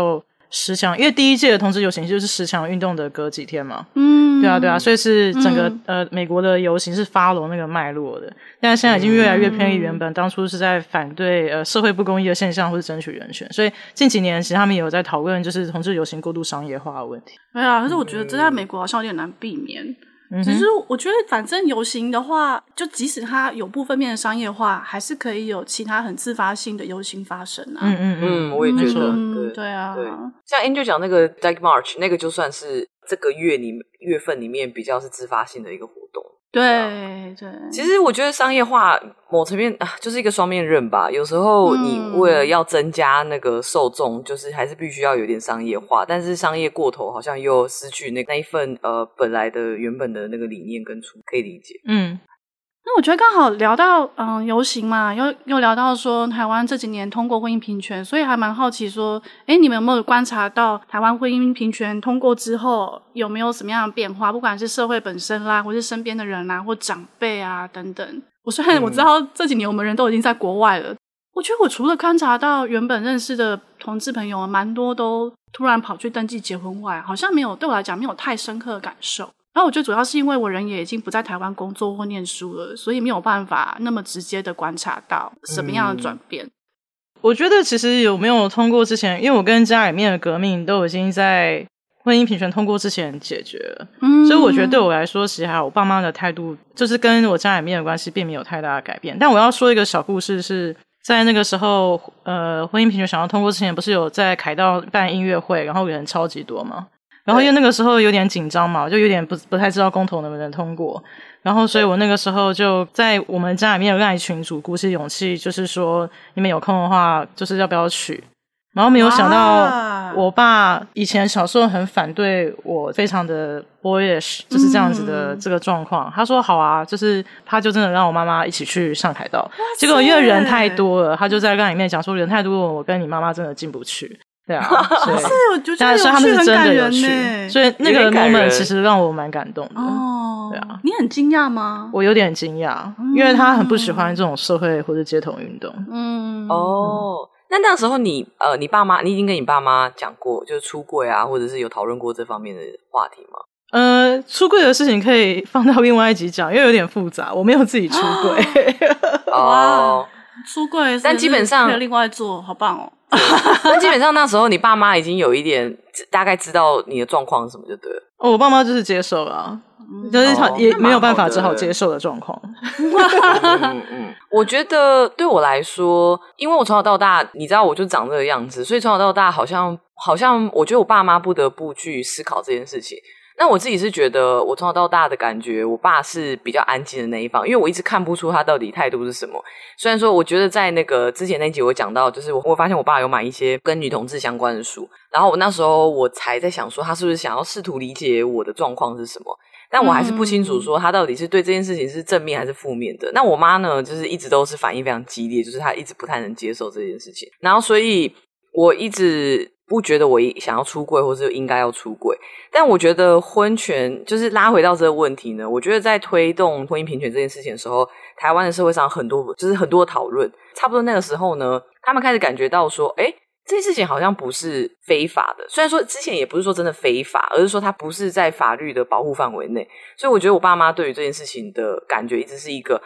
10强，因为第一届的同志游行就是10强运动的隔几天嘛。对啊，所以是整个美国的游行是follow那个脉络的，但现在已经越来越偏离原本当初是在反对社会不公义的现象或是争取人权，所以近几年其实他们也有在讨论就是同志游行过度商业化的问题。 对啊，可是我觉得这在美国好像有点难避免。只是我觉得反正游行的话，就即使它有部分面的商业化，还是可以有其他很自发性的游行发生啊。 我也觉得对啊，对， 像 Angel 讲那个 Dyke March 那个就算是这个月份里面比较是自发性的一个活动。 对， 其实我觉得商业化某层面就是一个双面刃吧。有时候你为了要增加那个受众，就是还是必须要有点商业化，但是商业过头好像又失去那一份本来的原本的那个理念跟可以理解。 那我觉得刚好聊到游行嘛，又聊到说台湾这几年通过婚姻平权，所以还蛮好奇说，你们有没有观察到台湾婚姻平权通过之后有没有什么样的变化？不管是社会本身啦，或是身边的人啦，或长辈啊等等。虽然我知道这几年我们人都已经在国外了，我觉得我除了观察到原本认识的同志朋友蛮多都突然跑去登记结婚外，好像对我来讲没有太深刻的感受。然后我觉得主要是因为我人也已经不在台湾工作或念书了，所以没有办法那么直接的观察到什么样的转变。 我觉得其实有没有通过之前，因为我跟家里面的革命都已经在婚姻平权通过之前解决了，所以我觉得对我来说其实还有我爸妈的态度就是跟我家里面的关系并没有太大的改变。但我要说一个小故事，是在那个时候婚姻平权想要通过之前，不是有在凯道办音乐会，然后人超级多嘛，然后因为那个时候有点紧张嘛，就有点不太知道公投能不能通过，然后所以我那个时候就在我们家里面有赖群组鼓起勇气，就是说你们有空的话就是要不要去。然后没有想到我爸以前小时候很反对我非常的 boyish 就是这样子的这个状况，他说好啊，就是他就真的让我妈妈一起去上凯道，结果因为人太多了，他就在跟里面讲说人太多了，我跟你妈妈真的进不去。对啊，所以我觉得所以他们是真的有去，所以那个 moment 其实让我蛮感动的。对啊， 你很惊讶吗？ 我有点惊讶，因为他很不喜欢这种社会或者街头运动。 那时候你爸妈，你已经跟你爸妈讲过就是出柜啊，或者是有讨论过这方面的话题吗？ 出柜的事情可以放到另外一集讲，因为有点复杂，我没有自己出柜。 出柜， 但基本上可以另外做，好棒哦。 但基本上那时候你爸妈已经有一点大概知道你的状况是什么就对了。 我爸妈就是接受了，就是也没有办法，只好接受的状况。 我觉得对我来说，因为我从小到大，你知道我就长这个样子，所以从小到大好像我觉得我爸妈不得不去思考这件事情。那我自己是觉得我从小到大的感觉，我爸是比较安静的那一方，因为我一直看不出他到底态度是什么。虽然说我觉得在那个之前那集我讲到，就是我发现我爸有买一些跟女同志相关的书，然后那时候我才在想说他是不是想要试图理解我的状况是什么，但我还是不清楚说他到底是对这件事情是正面还是负面的。那我妈呢，就是一直都是反应非常激烈，就是她一直不太能接受这件事情，然后所以我一直不觉得我想要出柜或是应该要出柜。但我觉得婚权就是拉回到这个问题呢，我觉得在推动婚姻平权这件事情的时候，台湾的社会上很多讨论，差不多那个时候呢，他们开始感觉到说这件事情好像不是非法的，虽然说之前也不是说真的非法，而是说它不是在法律的保护范围内。所以我觉得我爸妈对于这件事情的感觉一直是一个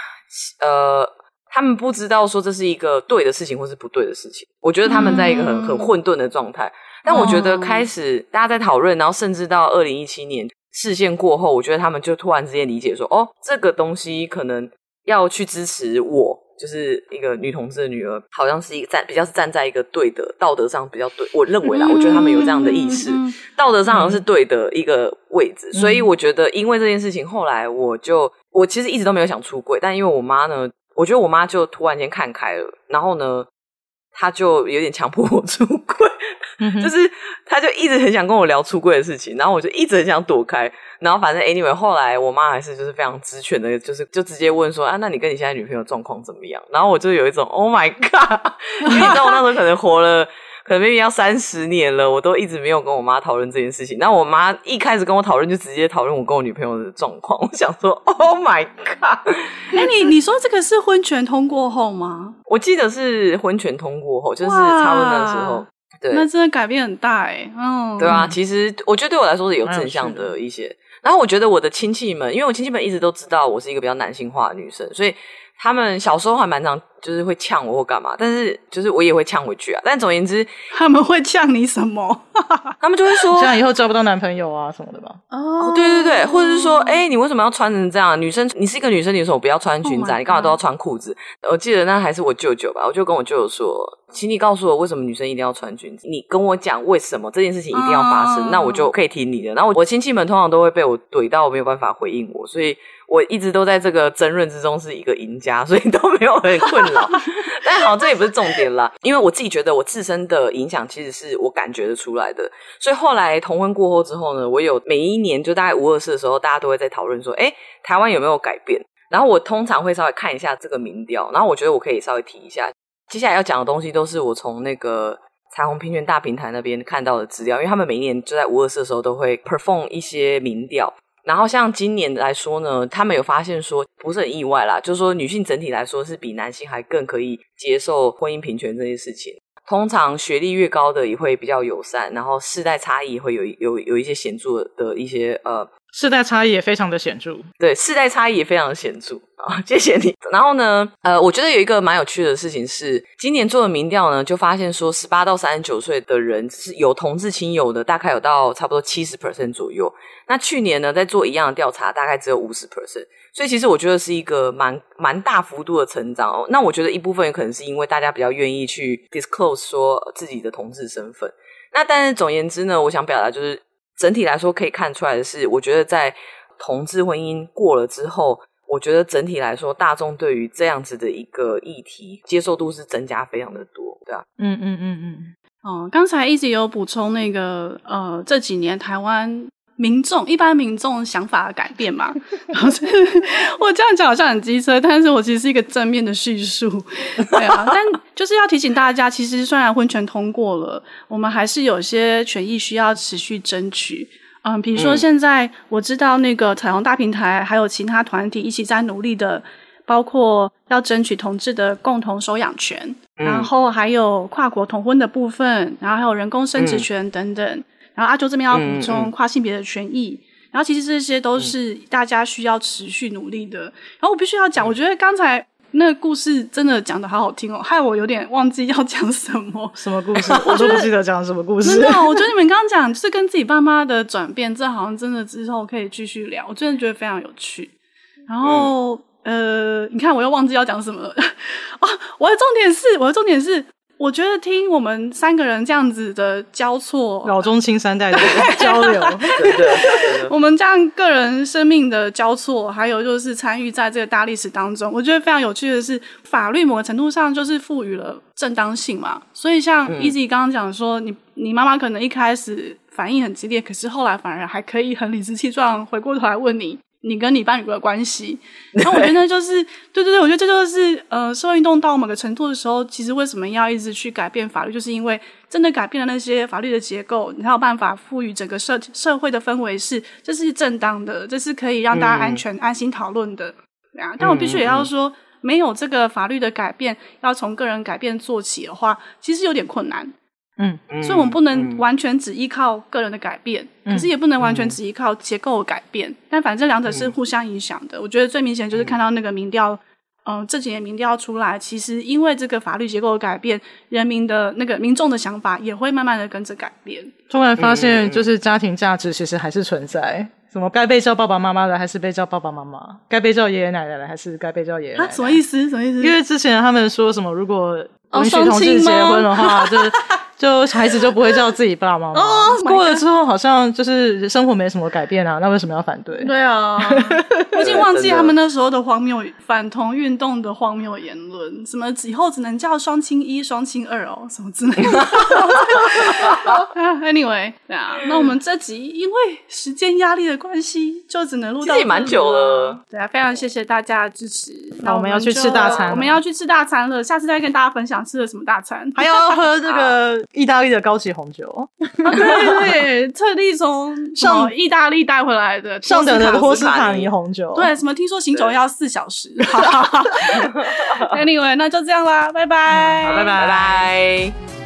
他们不知道说这是一个对的事情或是不对的事情，我觉得他们在一个很混沌的状态。但我觉得开始大家在讨论，然后甚至到2017年事件过后，我觉得他们就突然之间理解说这个东西可能要去支持我，就是一个女同志的女儿，好像是一个比较是站在一个对的道德上比较对，我认为啦，我觉得他们有这样的意识，道德上好像是对的一个位置。所以我觉得因为这件事情，后来我其实一直都没有想出柜，但因为我妈呢，我觉得我妈就突然间看开了，然后呢她就有点强迫我出柜，就是她就一直很想跟我聊出柜的事情，然后我就一直很想躲开，然后反正 anyway 后来我妈还是就是非常知权的，就直接问说那你跟你现在女朋友状况怎么样？然后我就有一种 Oh my god， 因为你知道我那时候可能活了可能 maybe 要30年了，我都一直没有跟我妈讨论这件事情。那我妈一开始跟我讨论就直接讨论我跟我女朋友的状况，我想说 Oh my god。 你说这个是婚权通过后吗？ 我记得是婚权通过后，就是差不多那时候。 对， 那真的改变很大对啊，其实我觉得对我来说是有正向的一些。然后我觉得我的亲戚们，因为我亲戚们一直都知道我是一个比较男性化的女生，所以他们小时候还蛮常就是会呛我或干嘛，但是就是我也会呛回去啊。但总而言之， 他们会呛你什么？ 他们就会说这样以后交不到男朋友啊什么的吧。 对对对，或者是说你为什么要穿成这样？女生，你是一个女生，你为什么不要穿裙子你干嘛都要穿裤子？我记得那还是我舅舅吧，我就跟我舅舅说，请你告诉我为什么女生一定要穿裙子，你跟我讲为什么这件事情一定要发生，那我就可以听你的。然后我亲戚们通常都会被我怼到没有办法回应我，所以我一直都在这个争论之中是一个赢家，所以都没有很困扰。但好，这也不是重点啦，因为我自己觉得我自身的影响其实是我感觉得出来的。所以后来同婚过后之后呢，我有每一年就大概524的时候，大家都会在讨论说台湾有没有改变，然后我通常会稍微看一下这个民调，然后我觉得我可以稍微提一下。接下来要讲的东西都是我从那个彩虹平权大平台那边看到的资料，因为他们每一年就在524的时候都会 perform 一些民调，然后像今年来说呢，他们有发现说不是很意外啦，就是说女性整体来说是比男性还更可以接受婚姻平权这件事情。通常学历越高的也会比较友善，然后世代差异也会有一些显著的一些世代差异也非常的显著。 对，世代差异也非常的显著啊，谢谢你。然后呢我觉得有一个蛮有趣的事情是，今年做的民调呢，就发现说18到39岁的人是有同志亲友的，大概有到差不多 70% 左右。那去年呢在做一样的调查，大概只有 50%， 所以其实我觉得是一个蛮大幅度的成长哦。那我觉得一部分也可能是因为大家比较愿意去 disclose 说自己的同志身份。那但是总言之呢，我想表达就是整体来说可以看出来的是，我觉得在同志婚姻过了之后，我觉得整体来说大众对于这样子的一个议题接受度是增加非常的多，对啊。 刚才一直有补充那个这几年台湾一般民众想法的改变嘛。我这样讲好像很机车，但是我其实是一个正面的叙述。对啊，但就是要提醒大家，其实虽然婚权通过了，我们还是有些权益需要持续争取。比如说现在我知道那个彩虹大平台还有其他团体一起在努力的，包括要争取同志的共同收养权，然后还有跨国同婚的部分，然后还有人工生殖权等等。然后阿啾这边要补充跨性别的权益，然后其实这些都是大家需要持续努力的。然后我必须要讲，我觉得刚才那个故事真的讲得好好听哦，害我有点忘记要讲什么。 什么故事？我都不记得讲什么故事。 真的，我觉得你们刚刚讲就是跟自己爸妈的转变，这好像真的之后可以继续聊，我真的觉得非常有趣。然后你看我又忘记要讲什么了我的重点是我觉得听我们3个人这样子的交错， 老中青3代的交流我们这样个人生命的交错，还有就是参与在这个大历史当中，我觉得非常有趣的是，法律某个程度上就是赋予了正当性嘛。所以像 Easy 刚刚讲说，你妈妈可能一开始反应很激烈，可是后来反而还可以很理直气壮回过头来问你跟你伴侣的关系。然后我觉得就是对，我觉得这就是社会运动到某个程度的时候，其实为什么要一直去改变法律，就是因为真的改变了那些法律的结构，你才有办法赋予整个社会的氛围是这是正当的，这是可以让大家安全安心讨论的。但我必须也要说，没有这个法律的改变，要从个人改变做起的话，其实有点困难。所以我们不能完全只依靠个人的改变，可是也不能完全只依靠结构的改变，但反正两者是互相影响的。我觉得最明显就是看到那个民调这几年民调出来，其实因为这个法律结构的改变，人民的那个民众的想法也会慢慢的跟着改变。 突然发现就是家庭价值其实还是存在，什么该被叫爸爸妈妈的还是被叫爸爸妈妈，该被叫爷爷奶奶的还是该被叫爷爷奶奶。 什么意思？ 因为之前他们说什么如果允许同志结婚的话就孩子就不会叫自己爸爸妈妈。过了之后好像就是生活没什么改变啊，那为什么要反对？ 对啊，我已经忘记他们那时候的荒谬反同运动的荒谬言论，什么以后只能叫双亲1双亲2什么之类的。Anyway， 对啊，那我们这集因为时间压力的关系，就只能录到这里了。其实也蛮久了。 对啊，非常谢谢大家的支持。 那我们要去吃大餐， 我们要去吃大餐了，下次再跟大家分享吃了什么大餐， 还要喝这个意大利的高级红酒。 对，特地从意大利带回来的上等的托斯卡尼红酒。 对，什么听说行走要4小时。Anyway， 那就这样啦，拜拜， 拜拜。